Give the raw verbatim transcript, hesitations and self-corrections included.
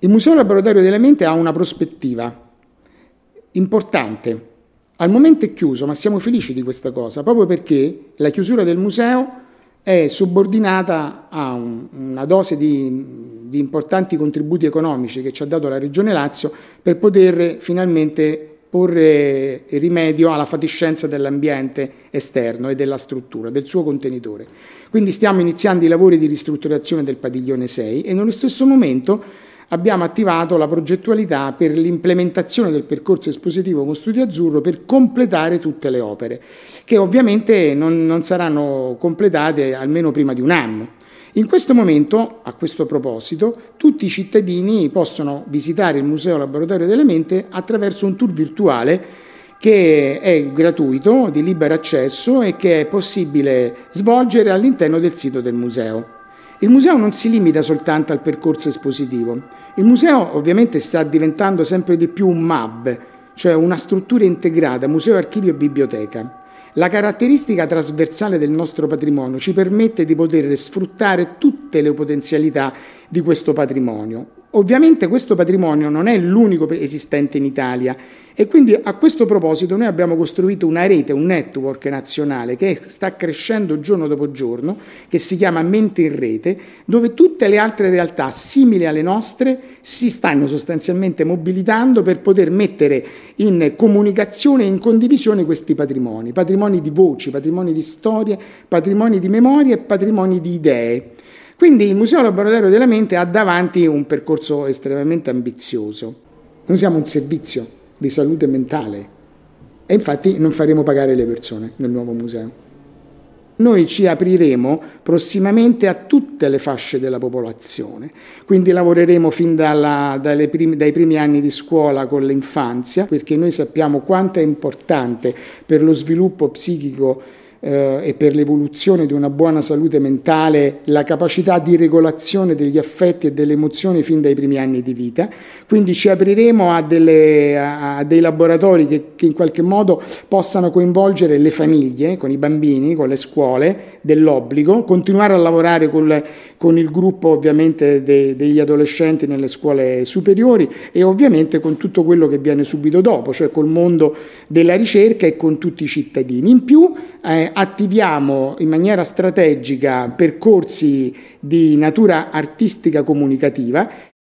Il Museo Laboratorio della Mente ha una prospettiva importante. Al momento è chiuso, ma siamo felici di questa cosa, proprio perché la chiusura del museo è subordinata a un, una dose di, di importanti contributi economici che ci ha dato la Regione Lazio per poter finalmente porre rimedio alla fatiscenza dell'ambiente esterno e della struttura, del suo contenitore. Quindi stiamo iniziando i lavori di ristrutturazione del padiglione sei e nello stesso momento abbiamo attivato la progettualità per l'implementazione del percorso espositivo con Studio Azzurro per completare tutte le opere, che ovviamente non, non saranno completate almeno prima di un anno. In questo momento, a questo proposito, tutti i cittadini possono visitare il Museo Laboratorio della Mente attraverso un tour virtuale che è gratuito, di libero accesso e che è possibile svolgere all'interno del sito del museo. Il museo non si limita soltanto al percorso espositivo. Il museo ovviamente sta diventando sempre di più un M A B, cioè una struttura integrata, museo, archivio e biblioteca. La caratteristica trasversale del nostro patrimonio ci permette di poter sfruttare tutte le potenzialità di questo patrimonio. Ovviamente questo patrimonio non è l'unico esistente in Italia e quindi a questo proposito noi abbiamo costruito una rete, un network nazionale che sta crescendo giorno dopo giorno, che si chiama Mente in Rete, dove tutte le altre realtà simili alle nostre si stanno sostanzialmente mobilitando per poter mettere in comunicazione e in condivisione questi patrimoni, patrimoni di voci, patrimoni di storie, patrimoni di memoria e patrimoni di idee. Quindi il Museo Laboratorio della Mente ha davanti un percorso estremamente ambizioso. Noi siamo un servizio di salute mentale e infatti non faremo pagare le persone nel nuovo museo. Noi ci apriremo prossimamente a tutte le fasce della popolazione, quindi lavoreremo fin dalla, dalle primi, dai primi anni di scuola con l'infanzia, perché noi sappiamo quanto è importante per lo sviluppo psichico e per l'evoluzione di una buona salute mentale la capacità di regolazione degli affetti e delle emozioni fin dai primi anni di vita. Quindi ci apriremo a, delle, a dei laboratori che, che in qualche modo possano coinvolgere le famiglie, con i bambini, con le scuole dell'obbligo, continuare a lavorare con, con il gruppo ovviamente de, degli adolescenti nelle scuole superiori e ovviamente con tutto quello che viene subito dopo, cioè col mondo della ricerca e con tutti i cittadini. In più eh, attiviamo in maniera strategica percorsi di natura artistica comunicativa